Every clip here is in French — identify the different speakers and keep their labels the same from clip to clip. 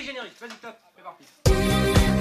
Speaker 1: générique, vas-y, top, c'est parti.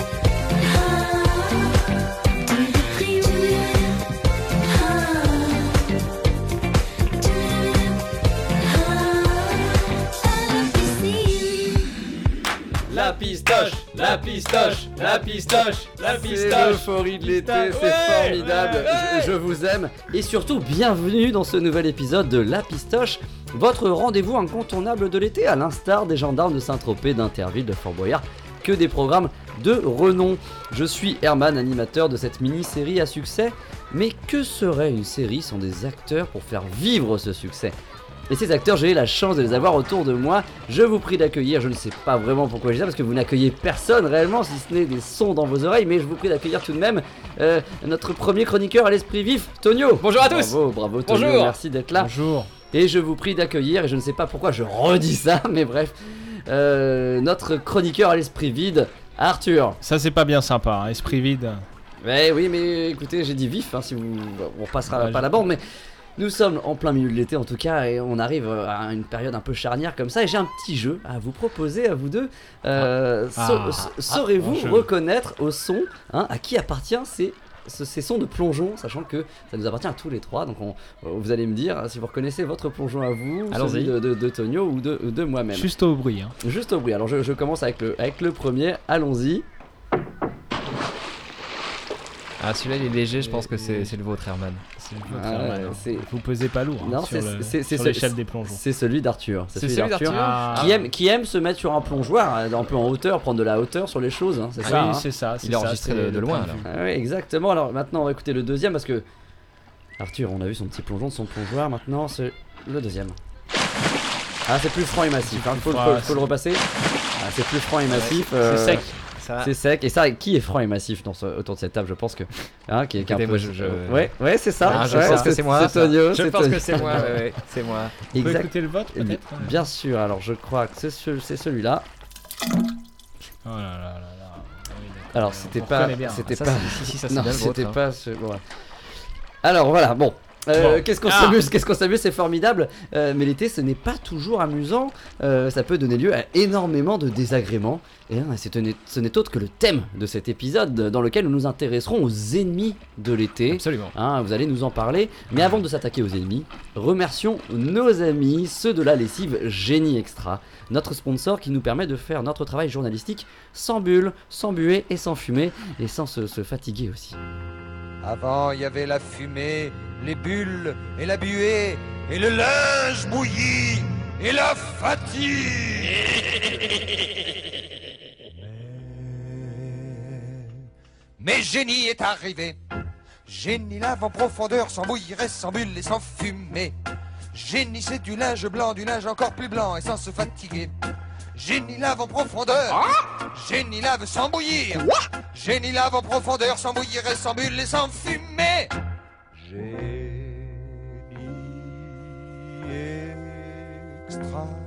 Speaker 2: La pistoche, la pistoche, la pistoche, la pistoche.
Speaker 3: C'est l'euphorie de l'été, c'est formidable, je vous aime. Et surtout, bienvenue dans ce nouvel épisode de La Pistoche, votre rendez-vous incontournable de l'été, à l'instar des gendarmes de Saint-Tropez, d'Interville, de Fort-Boyard, que des programmes de renom. Je suis Herman, animateur de cette mini-série à succès. Mais que serait une série sans des acteurs pour faire vivre ce succès ? Et ces acteurs, j'ai la chance de les avoir autour de moi. Je vous prie d'accueillir, je ne sais pas vraiment pourquoi je dis ça, parce que vous n'accueillez personne réellement, si ce n'est des sons dans vos oreilles, mais je vous prie d'accueillir tout de même notre premier chroniqueur à l'esprit vif, Tonio.
Speaker 2: Bonjour à tous.
Speaker 3: Bravo Tonio,
Speaker 2: Bonjour.
Speaker 3: merci d'être là.
Speaker 2: Bonjour.
Speaker 3: Et je vous prie d'accueillir, et je ne sais pas pourquoi je redis ça, mais bref, notre chroniqueur à l'esprit vide, Arthur.
Speaker 4: Ça c'est pas bien sympa, hein, esprit vide.
Speaker 3: Ouais, oui, mais écoutez, j'ai dit vif, hein, si vous... on repassera pas la bande, mais... Nous sommes en plein milieu de l'été en tout cas et on arrive à une période un peu charnière comme ça et j'ai un petit jeu à vous proposer à vous deux. Saurez-vous reconnaître au son à qui appartient ces sons de plongeon, sachant que ça nous appartient à tous les trois, donc vous allez me dire si vous reconnaissez votre plongeon à vous, celui de Tonio ou de moi-même.
Speaker 4: Juste au bruit. Hein.
Speaker 3: Juste au bruit, alors je commence avec le premier, allons-y.
Speaker 2: Ah, celui-là il est léger, je pense que c'est le vôtre, Herman.
Speaker 4: C'est le vôtre, Herman, hein. Vous pesez pas lourd
Speaker 3: non,
Speaker 4: sur l'échelle des plongeons.
Speaker 3: C'est celui d'Arthur.
Speaker 2: C'est celui d'Arthur
Speaker 3: qui aime se mettre sur un plongeoir, un peu en hauteur, prendre de la hauteur sur les choses. Hein, c'est ça.
Speaker 4: Oui,
Speaker 3: hein.
Speaker 4: c'est ça.
Speaker 2: Il est enregistré de loin alors.
Speaker 3: Oui, exactement. Alors maintenant, on va écouter le deuxième parce que Arthur, on a vu son petit plongeon de son plongeoir. Maintenant, c'est le deuxième. Ah, c'est plus franc et massif. Il faut le repasser. Ah, c'est plus franc et massif.
Speaker 4: C'est sec.
Speaker 3: C'est sec. Et ça, qui est franc et massif autour de cette table? Je pense que. Qui est un peu...
Speaker 2: moi,
Speaker 3: Ouais, c'est ça.
Speaker 2: Je pense que c'est moi.
Speaker 3: C'est Tonio.
Speaker 2: Je pense que c'est moi. Ouais, c'est moi.
Speaker 4: On peut écouter le vôtre peut-être.
Speaker 3: Bien sûr. Alors, je crois que c'est celui-là.
Speaker 4: Oh là là. Oui,
Speaker 3: alors, c'était pas. C'était pas.
Speaker 2: Si, ça c'est
Speaker 3: Non,
Speaker 2: bien le vôtre.
Speaker 3: c'était pas ce. Bon. Alors voilà. Bon. Qu'est-ce qu'on s'amuse, c'est formidable. Mais l'été, ce n'est pas toujours amusant. Ça peut donner lieu à énormément de désagréments. Et ce n'est autre que le thème de cet épisode, dans lequel nous nous intéresserons aux ennemis de l'été.
Speaker 2: Absolument.
Speaker 3: Vous allez nous en parler. Mais avant de s'attaquer aux ennemis, remercions nos amis, ceux de la lessive Génie Extra, notre sponsor qui nous permet de faire notre travail journalistique sans bulles, sans buée et sans fumer, et sans se fatiguer aussi.
Speaker 5: Avant, il y avait la fumée, les bulles et la buée, et le linge bouilli, et la fatigue. Mais Génie est arrivé. Génie lave en profondeur, sans bouillir et sans bulles et sans fumer. Génie c'est du linge blanc, du linge encore plus blanc et sans se fatiguer. Génie lave en profondeur. Génie lave sans bouillir. Génie lave en profondeur, sans bouillir et sans bulles et sans fumer. Génie extra.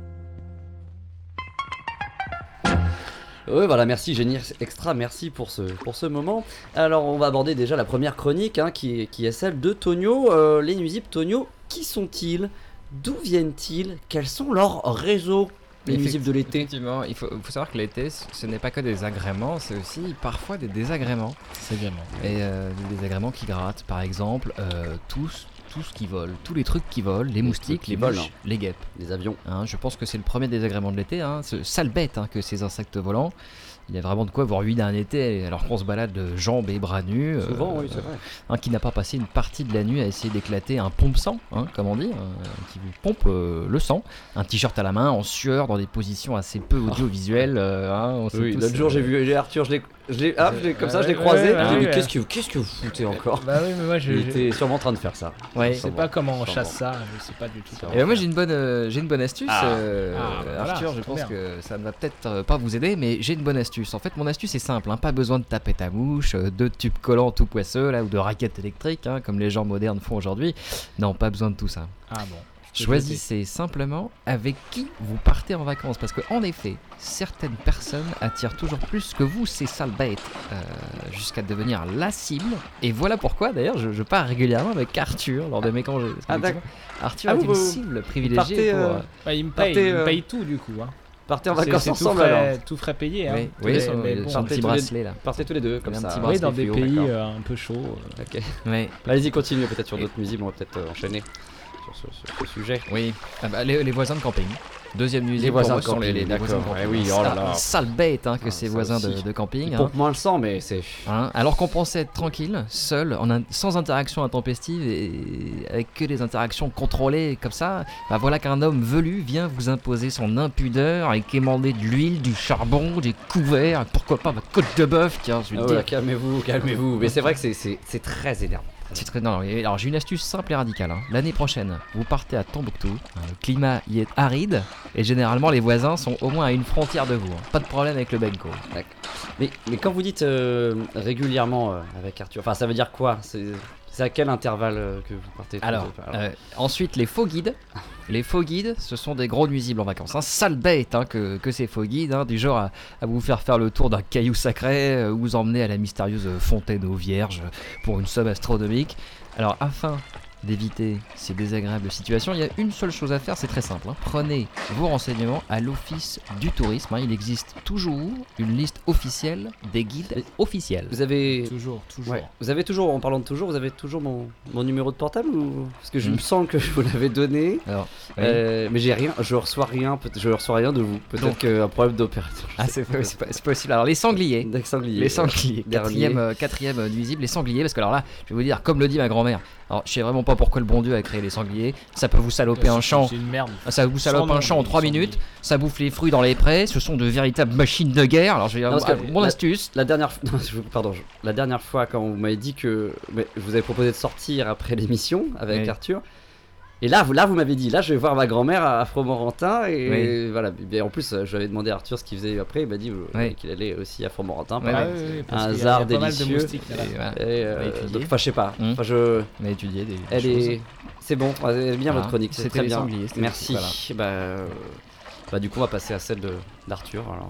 Speaker 3: Oui, voilà, merci Génie Extra, merci pour ce moment. Alors, on va aborder déjà la première chronique, qui est celle de Tonio. Les nuisibles, Tonio, qui sont-ils? D'où viennent-ils? Quels sont leurs réseaux? Les nuisibles de l'été.
Speaker 2: Effectivement, il faut savoir que l'été, ce n'est pas que des agréments, c'est aussi parfois des désagréments. Et des désagréments qui grattent, par exemple, tout ce qui vole, tous les trucs qui volent, les moustiques, les mouches, les guêpes.
Speaker 3: Les avions.
Speaker 2: Je pense que c'est le premier désagrément de l'été, ce sale bête que ces insectes volants. Il y a vraiment de quoi vous ruiner un été alors qu'on se balade de jambes et bras nus.
Speaker 3: Souvent, oui, c'est vrai.
Speaker 2: Qui n'a pas passé une partie de la nuit à essayer d'éclater un pompe-sang, comme on dit, qui vous pompe le sang. Un t-shirt à la main, en sueur, dans des positions assez peu audiovisuelles.
Speaker 3: Oui, l'autre jour, j'ai Arthur, je l'ai croisé. J'ai dit, qu'est-ce que vous foutez encore?
Speaker 4: Bah oui, mais moi
Speaker 3: il était sûrement en train de faire ça.
Speaker 4: Ouais, je sais pas comment on chasse ça, je sais pas du tout.
Speaker 2: Et moi j'ai une bonne astuce, Arthur,
Speaker 4: voilà,
Speaker 2: je pense que ça ne va peut-être pas vous aider, mais j'ai une bonne astuce. En fait, mon astuce est simple, pas besoin de taper ta mouche, de tubes collants tout poisseux là, ou de raquettes électriques, comme les gens modernes font aujourd'hui. Non, pas besoin de tout ça.
Speaker 4: Ah bon.
Speaker 2: Choisissez simplement avec qui vous partez en vacances, parce que en effet, certaines personnes attirent toujours plus que vous ces sales bêtes, jusqu'à devenir la cible. Et voilà pourquoi d'ailleurs je pars régulièrement avec Arthur lors de mes congés. Arthur est une cible privilégiée.
Speaker 4: Il me paye tout du coup.
Speaker 3: Partez en
Speaker 4: C'est
Speaker 3: vacances
Speaker 4: tout
Speaker 3: ensemble
Speaker 4: frais,
Speaker 3: alors.
Speaker 4: tout frais payé. Hein.
Speaker 2: Oui,
Speaker 3: mais
Speaker 2: oui,
Speaker 4: mais
Speaker 2: son
Speaker 4: bon,
Speaker 2: petit
Speaker 3: partez tous les-
Speaker 2: bracelet là.
Speaker 3: Partez tous les deux, comme
Speaker 2: Il y a un
Speaker 3: ça.
Speaker 2: petit
Speaker 4: Oui, dans
Speaker 2: bracelet
Speaker 4: des
Speaker 2: fluo,
Speaker 4: pays
Speaker 3: d'accord.
Speaker 4: un peu chauds.
Speaker 3: Ok.
Speaker 2: Oui,
Speaker 3: Allez-y, continuez peut-être sur d'autres musiques, on va peut-être enchaîner sur ce sujet.
Speaker 2: oui. Ah bah, les voisins de camping. Deuxième nuisible
Speaker 3: Les
Speaker 2: pour
Speaker 3: voisins
Speaker 2: moi,
Speaker 3: de
Speaker 2: ce sont
Speaker 3: camping,
Speaker 2: les voisins de
Speaker 3: d'accord.
Speaker 2: camping.
Speaker 3: Ouais, oui, oh là là.
Speaker 2: Sale bête que
Speaker 3: Ah,
Speaker 2: ces
Speaker 3: ça
Speaker 2: voisins
Speaker 3: aussi.
Speaker 2: de camping.
Speaker 3: Ils
Speaker 2: hein.
Speaker 3: pompent moins le sang, mais c'est.
Speaker 2: Hein, alors qu'on pensait être tranquille, seul, sans interaction intempestive et avec que des interactions contrôlées comme ça, bah voilà qu'un homme velu vient vous imposer son impudeur et quémander de l'huile, du charbon, des couverts, et pourquoi pas votre côte de bœuf, tiens, je vais
Speaker 3: Ah
Speaker 2: te
Speaker 3: ouais,
Speaker 2: dire.
Speaker 3: calmez-vous. Mais c'est vrai que c'est très énervant.
Speaker 2: C'est très... non, alors j'ai une astuce simple et radicale. Hein. L'année prochaine, vous partez à Tombouctou, le climat y est aride et généralement les voisins sont au moins à une frontière de vous. Hein. Pas de problème avec le Benko.
Speaker 3: Mais quand vous dites régulièrement avec Arthur, enfin ça veut dire quoi? C'est à quel intervalle que vous partez tous
Speaker 2: Alors,
Speaker 3: les deux
Speaker 2: ensuite, les faux guides. Les faux guides, ce sont des gros nuisibles en vacances. Sale bête que ces faux guides, du genre à vous faire le tour d'un caillou sacré ou vous emmener à la mystérieuse fontaine aux vierges pour une somme astronomique. Alors, afin d'éviter ces désagréables situations, il y a une seule chose à faire, c'est très simple. Prenez vos renseignements à l'office du tourisme. Il existe toujours une liste officielle des guides officiels.
Speaker 3: Vous avez.
Speaker 4: Toujours.
Speaker 3: Ouais. Vous avez toujours, en parlant de toujours, vous avez toujours mon numéro de portable ou parce que je me sens que je vous l'avais donné,
Speaker 2: Alors, oui.
Speaker 3: mais j'ai rien, je reçois rien de vous. Peut-être
Speaker 2: Donc-
Speaker 3: qu'un problème d'opérateur.
Speaker 2: Ah, c'est possible. Alors, les sangliers.
Speaker 3: Sangliers.
Speaker 2: Les sangliers,
Speaker 3: Dernier.
Speaker 2: quatrième nuisible, les sangliers, parce que alors là, je vais vous dire, comme le dit ma grand-mère, alors je sais vraiment pas pourquoi le bon Dieu a créé les sangliers, ça peut vous saloper un champ,
Speaker 4: C'est une merde.
Speaker 2: ça vous salope
Speaker 4: Sans
Speaker 2: un champ en
Speaker 4: nom,
Speaker 2: 3
Speaker 4: sans
Speaker 2: minutes,
Speaker 4: nom.
Speaker 2: ça bouffe les fruits dans les prés, ce sont de véritables machines de guerre, alors je vais dire,
Speaker 3: Non, parce que
Speaker 2: mon
Speaker 3: la-
Speaker 2: astuce,
Speaker 3: La dernière, la dernière fois quand vous m'avez dit que je vous avais proposé de sortir après l'émission avec
Speaker 2: Oui.
Speaker 3: Arthur. Et là, vous m'avez dit, là, je vais voir ma grand-mère à Fromorantin et voilà. Et en plus, je lui avais demandé à Arthur ce qu'il faisait après. Il m'a dit
Speaker 2: Oui.
Speaker 3: qu'il allait aussi à Fromorantin.
Speaker 2: Ouais,
Speaker 3: pareil.
Speaker 4: Parce
Speaker 3: Un
Speaker 4: qu'il y a
Speaker 3: hasard
Speaker 4: pas mal de
Speaker 3: délicieux.
Speaker 4: moustiques là-bas.
Speaker 2: et voilà,
Speaker 3: Et,
Speaker 2: On va étudier.
Speaker 3: donc, enfin, je sais pas. Enfin,
Speaker 2: on a étudié des
Speaker 3: elle
Speaker 2: choses.
Speaker 3: est, c'est bon. Elle est bien
Speaker 2: Voilà.
Speaker 3: votre chronique. C'est
Speaker 2: C'était
Speaker 3: très
Speaker 2: les
Speaker 3: bien.
Speaker 2: sangliers, c'était-
Speaker 3: Merci.
Speaker 2: voilà.
Speaker 3: Bah, du coup, on va passer à celle d'Arthur. Alors.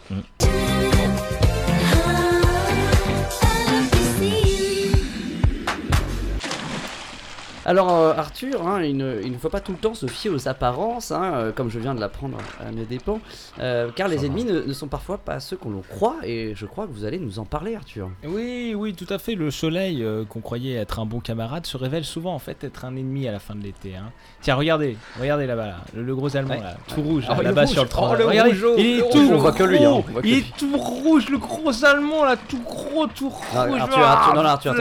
Speaker 3: Alors Arthur, il ne faut pas tout le temps se fier aux apparences, comme je viens de l'apprendre à mes dépens, car les ennemis ne sont parfois pas ceux qu'on le croit, et je crois que vous allez nous en parler Arthur.
Speaker 4: Oui, tout à fait. Le soleil, qu'on croyait être un bon camarade, se révèle souvent en fait être un ennemi à la fin de l'été. Hein. Tiens, regardez là-bas, là, le gros allemand
Speaker 3: Ouais.
Speaker 4: là, tout rouge,
Speaker 3: Ah,
Speaker 4: là-bas
Speaker 3: le
Speaker 4: sur le
Speaker 3: rouge.
Speaker 4: tronc.
Speaker 3: Oh, le
Speaker 4: Regardez,
Speaker 3: rougeau,
Speaker 4: il est
Speaker 3: le
Speaker 4: tout
Speaker 3: rouge. On voit que lui, hein,
Speaker 4: gros,
Speaker 3: on voit que
Speaker 4: il
Speaker 3: lui.
Speaker 4: est tout rouge, le gros allemand là, tout gros, tout rouge.
Speaker 3: Arthur,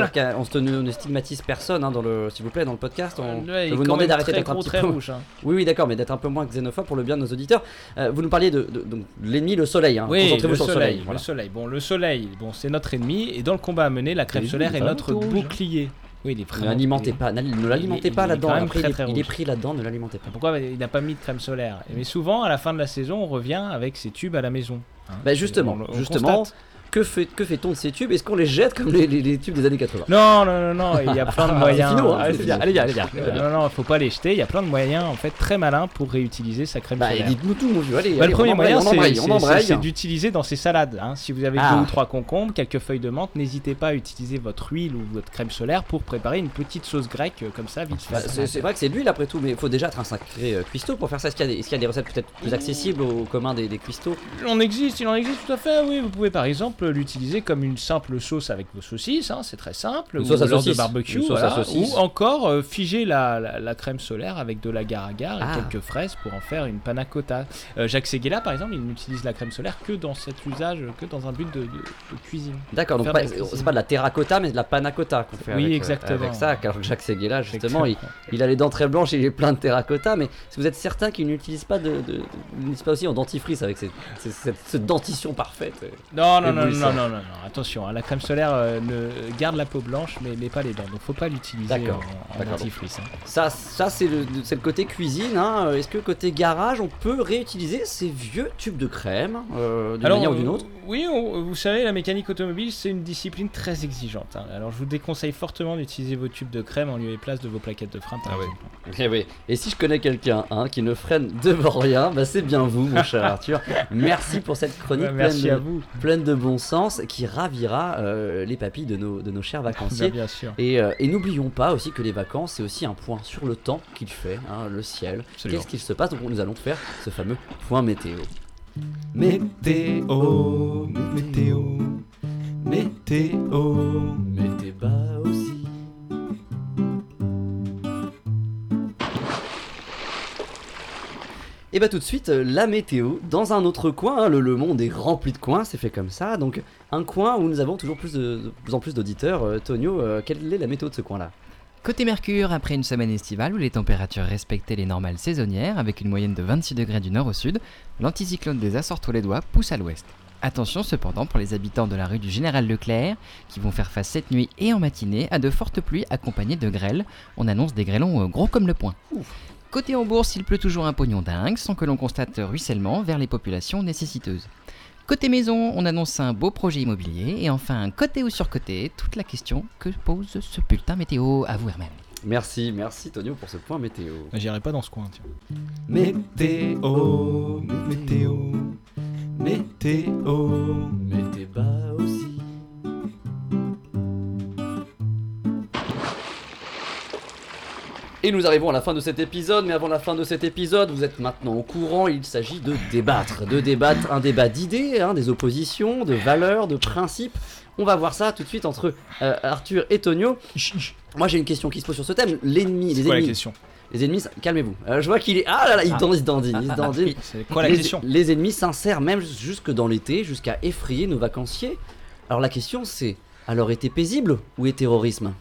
Speaker 3: on stigmatise personne s'il vous plaît, dans le podcast.
Speaker 4: Ouais,
Speaker 3: Je
Speaker 4: il
Speaker 3: vous
Speaker 4: est quand
Speaker 3: demandais
Speaker 4: même
Speaker 3: d'arrêter
Speaker 4: très
Speaker 3: d'être un
Speaker 4: gros,
Speaker 3: petit
Speaker 4: très
Speaker 3: peu.
Speaker 4: rouge. Hein.
Speaker 3: Oui, d'accord, mais d'être un peu moins xénophobe pour le bien de nos auditeurs. Vous nous parliez de l'ennemi, le soleil.
Speaker 4: Oui,
Speaker 3: Concentrez-vous
Speaker 4: le
Speaker 3: sur
Speaker 4: soleil,
Speaker 3: le soleil. voilà.
Speaker 4: Le soleil, c'est notre ennemi et dans le combat à mener, la crème
Speaker 3: Mais oui,
Speaker 4: solaire
Speaker 3: il est
Speaker 4: est
Speaker 3: vraiment
Speaker 4: notre
Speaker 3: tout rouge,
Speaker 4: bouclier. Oui, il est
Speaker 3: Ne
Speaker 4: vraiment.
Speaker 3: l'alimentez pas, ne l'alimentez pas
Speaker 4: il est
Speaker 3: là-dedans.
Speaker 4: quand même
Speaker 3: Après,
Speaker 4: très, très
Speaker 3: il est
Speaker 4: rouge.
Speaker 3: pris là-dedans, ne l'alimentez pas.
Speaker 4: Pourquoi il n'a pas mis de crème solaire? Mais souvent, à la fin de la saison, on revient avec ses tubes à la maison. Hein.
Speaker 3: Bah justement,
Speaker 4: On constate.
Speaker 3: que fait-on de ces tubes? Est-ce qu'on les jette comme les tubes des années 80?
Speaker 4: Non, il y a plein de moyens.
Speaker 3: finot, hein.
Speaker 2: Allez, bien.
Speaker 4: Non, faut pas les jeter. Il y a plein de moyens en fait très malins pour réutiliser sa crème
Speaker 3: Bah
Speaker 4: solaire.
Speaker 3: dites-nous tout mon vieux, allez,
Speaker 4: Bah,
Speaker 3: allez,
Speaker 4: le premier
Speaker 3: on embraye,
Speaker 4: moyen,
Speaker 3: on embraye.
Speaker 4: c'est d'utiliser dans ses salades. Hein. Si vous avez
Speaker 3: Ah.
Speaker 4: 2 ou 3 concombres, quelques feuilles de menthe, n'hésitez pas à utiliser votre huile ou votre crème solaire pour préparer une petite sauce grecque comme ça, vite
Speaker 3: Bah,
Speaker 4: fait.
Speaker 3: c'est vrai que c'est de l'huile après tout, mais il faut déjà être un sacré cuistot pour faire ça. Est-ce qu'il y a des recettes peut-être plus accessibles au commun des cuistots?
Speaker 4: Il en existe tout à fait, oui. Vous pouvez par exemple l'utiliser comme une simple sauce avec vos saucisses, hein, c'est très simple.
Speaker 3: Une sauce à
Speaker 4: lors de
Speaker 3: saucisse.
Speaker 4: barbecue,
Speaker 3: Une sauce à
Speaker 4: voilà.
Speaker 3: saucisse.
Speaker 4: Ou encore figer la crème solaire avec de l'agar-agar
Speaker 3: Ah.
Speaker 4: et quelques fraises pour en faire une panna cotta. Jacques Séguéla, par exemple, il n'utilise la crème solaire que dans cet usage, que dans un but de cuisine.
Speaker 3: D'accord, donc
Speaker 4: Faire
Speaker 3: pas-
Speaker 4: de la cuisine.
Speaker 3: c'est pas de la terracotta, mais de la panna cotta qu'on fait
Speaker 4: Oui,
Speaker 3: avec,
Speaker 4: exactement.
Speaker 3: avec ça. Alors que Jacques Séguéla, justement,
Speaker 4: Exactement.
Speaker 3: il a les dents très blanches, il est plein de terracotta, mais si vous êtes certain qu'il n'utilise pas n'utilise pas aussi en dentifrice avec cette dentition parfaite.
Speaker 4: Non,
Speaker 3: éblouissant.
Speaker 4: attention, hein, la crème solaire garde la peau blanche mais pas les dents, donc faut pas l'utiliser
Speaker 3: D'accord,
Speaker 4: en
Speaker 3: d'accord.
Speaker 4: dentifrice. Hein.
Speaker 3: Ça c'est le côté cuisine. Est-ce que côté garage, on peut réutiliser ces vieux tubes de crème d'une manière ou d'une autre?
Speaker 4: Oui, vous savez, la mécanique automobile, c'est une discipline très exigeante. Hein. Alors, je vous déconseille fortement d'utiliser vos tubes de crème en lieu et place de vos plaquettes de frein, par exemple.
Speaker 3: Eh oui. Et si je connais quelqu'un qui ne freine devant rien, bah c'est bien vous, mon cher Arthur. Merci pour cette chronique
Speaker 4: Ouais, merci à vous.
Speaker 3: pleine de bon sens qui ravira les papilles de nos chers vacanciers.
Speaker 4: Bien sûr.
Speaker 3: Et n'oublions pas aussi que les vacances, c'est aussi un point sur le temps qu'il fait, le ciel.
Speaker 4: Absolument.
Speaker 3: Qu'est-ce qu'il se passe? Donc nous allons faire ce fameux point météo.
Speaker 4: Météo, météo, météo.
Speaker 3: Mettez bas aussi. Et bah tout de suite, la météo, dans un autre coin, hein, le monde est rempli de coins, c'est fait comme ça, donc un coin où nous avons toujours de plus en plus d'auditeurs. Tonio, quelle est la météo de ce coin-là?
Speaker 2: Côté Mercure, après une semaine estivale où les températures respectaient les normales saisonnières avec une moyenne de 26 degrés du nord au sud, l'anticyclone des Açores-Tolèdois pousse à l'ouest. Attention cependant pour les habitants de la rue du Général Leclerc qui vont faire face cette nuit et en matinée à de fortes pluies accompagnées de grêles. On annonce des grêlons gros comme le poing. Côté en bourse, il pleut toujours un pognon dingue sans que l'on constate ruissellement vers les populations nécessiteuses. Côté maison, on annonce un beau projet immobilier. Et enfin, côté ou surcoté, toute la question que pose ce bulletin météo à vous Hermès.
Speaker 3: Merci Tonio pour ce point météo.
Speaker 4: J'irai pas dans ce coin, tiens.
Speaker 3: Météo,
Speaker 4: météo, météo.
Speaker 3: mettez bas aussi. Et nous arrivons à la fin de cet épisode, mais avant la fin de cet épisode, vous êtes maintenant au courant, il s'agit de débattre, un débat d'idées, hein, des oppositions, de valeurs, de principes. On va voir ça tout de suite entre Arthur et Tonio. Moi j'ai une question qui se pose sur ce thème, l'ennemi,
Speaker 4: C'est quoi la question?
Speaker 3: les ennemis, calmez-vous. Je vois qu'il est, ah là là, il dandine.
Speaker 4: C'est quoi la
Speaker 3: Les-
Speaker 4: question?
Speaker 3: Les ennemis s'insèrent même jusque dans l'été, jusqu'à effrayer nos vacanciers. Alors la question c'est, alors été paisible ou est terrorisme?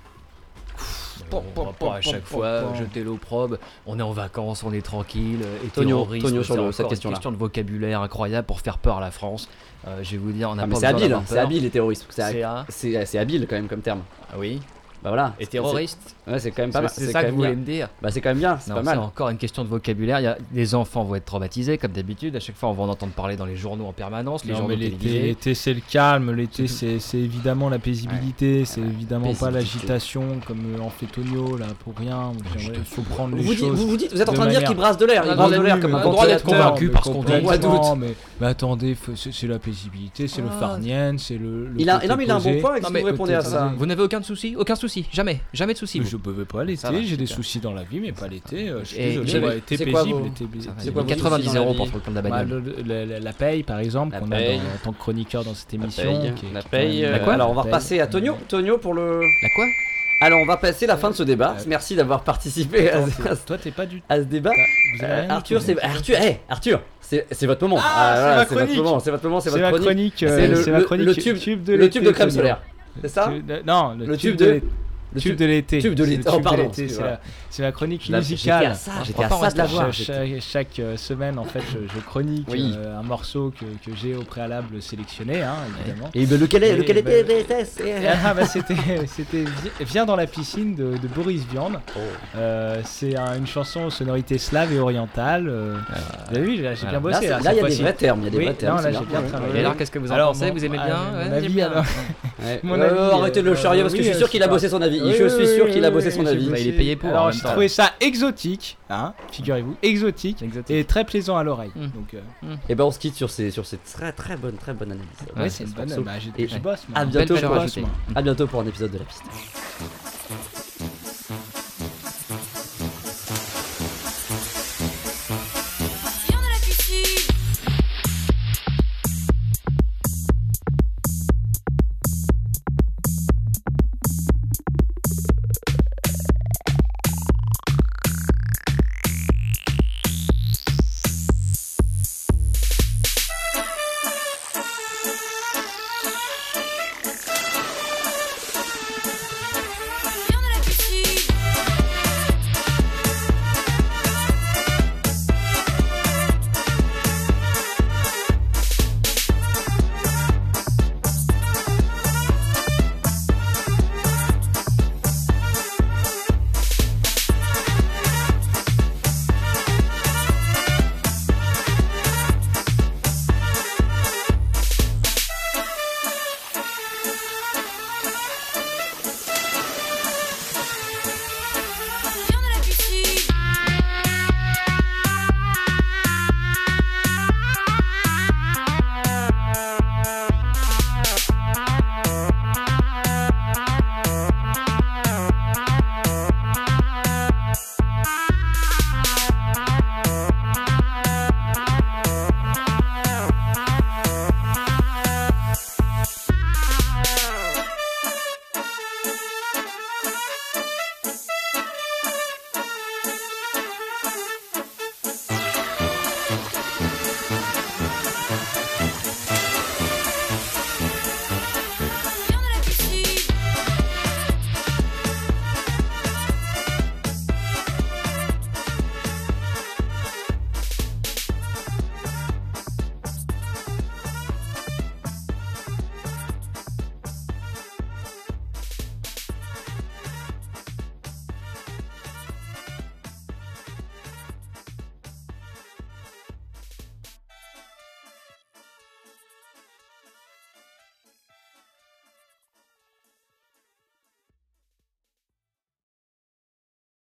Speaker 2: On va pas à chaque fois jeter l'opprobre, on est en vacances, on est tranquille, et
Speaker 3: Tonio,
Speaker 2: terrorisme,
Speaker 3: sur
Speaker 2: c'est
Speaker 3: cette
Speaker 2: encore
Speaker 3: question-là.
Speaker 2: une question de vocabulaire incroyable pour faire peur à la France. Je vais vous dire, on n'a
Speaker 3: Ah,
Speaker 2: pas
Speaker 3: mais c'est
Speaker 2: besoin
Speaker 3: habile,
Speaker 2: d'avoir
Speaker 3: c'est
Speaker 2: peur.
Speaker 3: habile les terroristes.
Speaker 2: C'est
Speaker 3: C'est habile quand même comme terme.
Speaker 2: Ah oui.
Speaker 3: Bah voilà.
Speaker 2: Et terroriste,
Speaker 3: Ouais, c'est quand même pas mal.
Speaker 2: c'est
Speaker 3: quand
Speaker 2: ça que
Speaker 3: même
Speaker 2: vous voulez
Speaker 3: bien.
Speaker 2: me dire.
Speaker 3: Bah c'est quand même bien, c'est
Speaker 2: Non,
Speaker 3: pas mal.
Speaker 2: c'est encore une question de vocabulaire. Les enfants vont être traumatisés comme d'habitude. À chaque fois, on va en entendre parler dans les journaux en permanence, les
Speaker 4: Non,
Speaker 2: journaux
Speaker 4: mais
Speaker 2: télévisés.
Speaker 4: l'été c'est le calme, l'été c'est évidemment la paisibilité, c'est évidemment pas
Speaker 3: Paisibilité.
Speaker 4: l'agitation comme en fait Tonio là pour rien. Il faut prendre les
Speaker 3: Vous dites,
Speaker 4: choses.
Speaker 3: vous êtes en
Speaker 4: de
Speaker 3: train de dire
Speaker 4: manière-
Speaker 3: qu'il brasse de l'air, il
Speaker 2: Ah,
Speaker 3: brasse
Speaker 2: non,
Speaker 3: de l'air
Speaker 2: mais
Speaker 3: comme un
Speaker 2: on a le droit d'être
Speaker 3: ventilateur.
Speaker 2: convaincu par ce qu'on dit.
Speaker 3: Au mois d'août.
Speaker 4: Mais attendez, c'est la paisibilité, c'est le farniente, c'est le
Speaker 3: Il a,
Speaker 4: côté
Speaker 3: non mais il a un bon
Speaker 4: posé.
Speaker 3: point,
Speaker 2: Non,
Speaker 3: qu'est-ce que
Speaker 2: mais
Speaker 3: vous répondez à ça?
Speaker 2: Vous n'avez aucun souci, jamais de souci.
Speaker 4: Je ne peux pas l'été,
Speaker 2: Ça va,
Speaker 4: j'ai des
Speaker 2: super.
Speaker 4: soucis dans la vie, mais pas l'été. Je suis
Speaker 2: Et
Speaker 4: désolé,
Speaker 3: j'avais-
Speaker 4: moi, été
Speaker 3: c'est quoi
Speaker 4: paisible,
Speaker 3: vos-
Speaker 4: été
Speaker 2: Ça va,
Speaker 3: C'est
Speaker 2: il y
Speaker 3: quoi
Speaker 2: a
Speaker 3: vos
Speaker 2: 90
Speaker 3: soucis dans la
Speaker 2: euros
Speaker 3: vie
Speaker 2: pour le compte de la
Speaker 4: Bah,
Speaker 2: bagnole.
Speaker 4: la paye par exemple
Speaker 3: La
Speaker 4: qu'on
Speaker 3: paye.
Speaker 4: a en tant que chroniqueur dans cette émission.
Speaker 3: paye,
Speaker 4: qui est-
Speaker 3: la
Speaker 4: qui est
Speaker 3: paye.
Speaker 4: quand même-
Speaker 2: La quoi
Speaker 3: Alors on va
Speaker 4: paye.
Speaker 3: repasser à Tonio. Tonio pour le.
Speaker 2: La quoi?
Speaker 3: Alors on va passer la fin de ce débat. Merci d'avoir participé à
Speaker 4: Toi t'es pas du
Speaker 3: ce débat.
Speaker 4: Vous avez rien
Speaker 3: Arthur,
Speaker 4: dit,
Speaker 3: c'est
Speaker 4: vous.
Speaker 3: Arthur, c'est votre moment.
Speaker 4: Ah, c'est
Speaker 3: voilà,
Speaker 4: ma
Speaker 3: c'est votre
Speaker 4: chronique.
Speaker 3: moment, c'est votre moment, c'est
Speaker 4: C'est
Speaker 3: votre
Speaker 4: la
Speaker 3: chronique.
Speaker 4: chronique,
Speaker 3: C'est
Speaker 4: c'est la chronique
Speaker 3: le tube
Speaker 4: de
Speaker 3: le
Speaker 4: l'été,
Speaker 3: tube de crème
Speaker 4: Tonio.
Speaker 3: solaire. C'est ça?
Speaker 4: Non,
Speaker 3: Le tube de le
Speaker 4: tube de l'été.
Speaker 3: tube de
Speaker 4: C'est le
Speaker 3: l'été. Oh,
Speaker 4: tube de
Speaker 3: pardon,
Speaker 4: l'été,
Speaker 3: excusez-moi.
Speaker 4: c'est la chronique
Speaker 3: J'étais à
Speaker 4: musicale.
Speaker 3: ça,
Speaker 2: Ah,
Speaker 3: j'étais à
Speaker 2: on va
Speaker 3: ça de la
Speaker 2: pas
Speaker 3: voir.
Speaker 4: Chaque semaine, en fait, je chronique
Speaker 3: Oui.
Speaker 4: un morceau que j'ai au préalable sélectionné, hein, évidemment.
Speaker 3: Et ben, lequel
Speaker 4: Mais,
Speaker 3: était
Speaker 4: Ah bah c'était Viens dans la piscine de Boris Vian. C'est une chanson aux sonorités slaves et orientales. Vous avez vu, j'ai
Speaker 2: Voilà.
Speaker 4: bien bossé.
Speaker 3: Là, il y
Speaker 4: cette
Speaker 3: a des
Speaker 4: fois-ci.
Speaker 3: vrais termes, il y a des
Speaker 4: Oui,
Speaker 3: vrais termes.
Speaker 4: non, là,
Speaker 3: c'est
Speaker 4: j'ai
Speaker 3: bien.
Speaker 4: bien travaillé.
Speaker 2: Et alors, qu'est-ce que vous en
Speaker 4: Alors,
Speaker 2: pensez?
Speaker 4: mon-
Speaker 2: Vous aimez
Speaker 4: mon
Speaker 2: bien? Ouais,
Speaker 4: avis,
Speaker 2: j'aime bien.
Speaker 4: alors.
Speaker 3: Ouais.
Speaker 4: Mon avis,
Speaker 3: Arrêtez de le charrier parce que je suis sûr qu'il a bossé son avis. Je suis sûr qu'il a bossé son avis.
Speaker 2: Bah, il est payé pour, en
Speaker 4: Alors
Speaker 2: même
Speaker 4: j'ai
Speaker 2: temps.
Speaker 4: trouvé ça exotique, hein, figurez-vous, exotique et très plaisant à l'oreille.
Speaker 2: Mm.
Speaker 4: Donc
Speaker 3: Et ben on se quitte sur ces très bonne analyse.
Speaker 2: Ouais,
Speaker 4: c'est une
Speaker 3: ce
Speaker 4: bonne.
Speaker 3: morceau.
Speaker 4: Bah,
Speaker 3: Et
Speaker 4: je bosse. Moi.
Speaker 3: à
Speaker 2: Belle
Speaker 3: bientôt
Speaker 2: valeur
Speaker 3: pour
Speaker 2: ajoutée.
Speaker 3: à bientôt pour un épisode de la piste.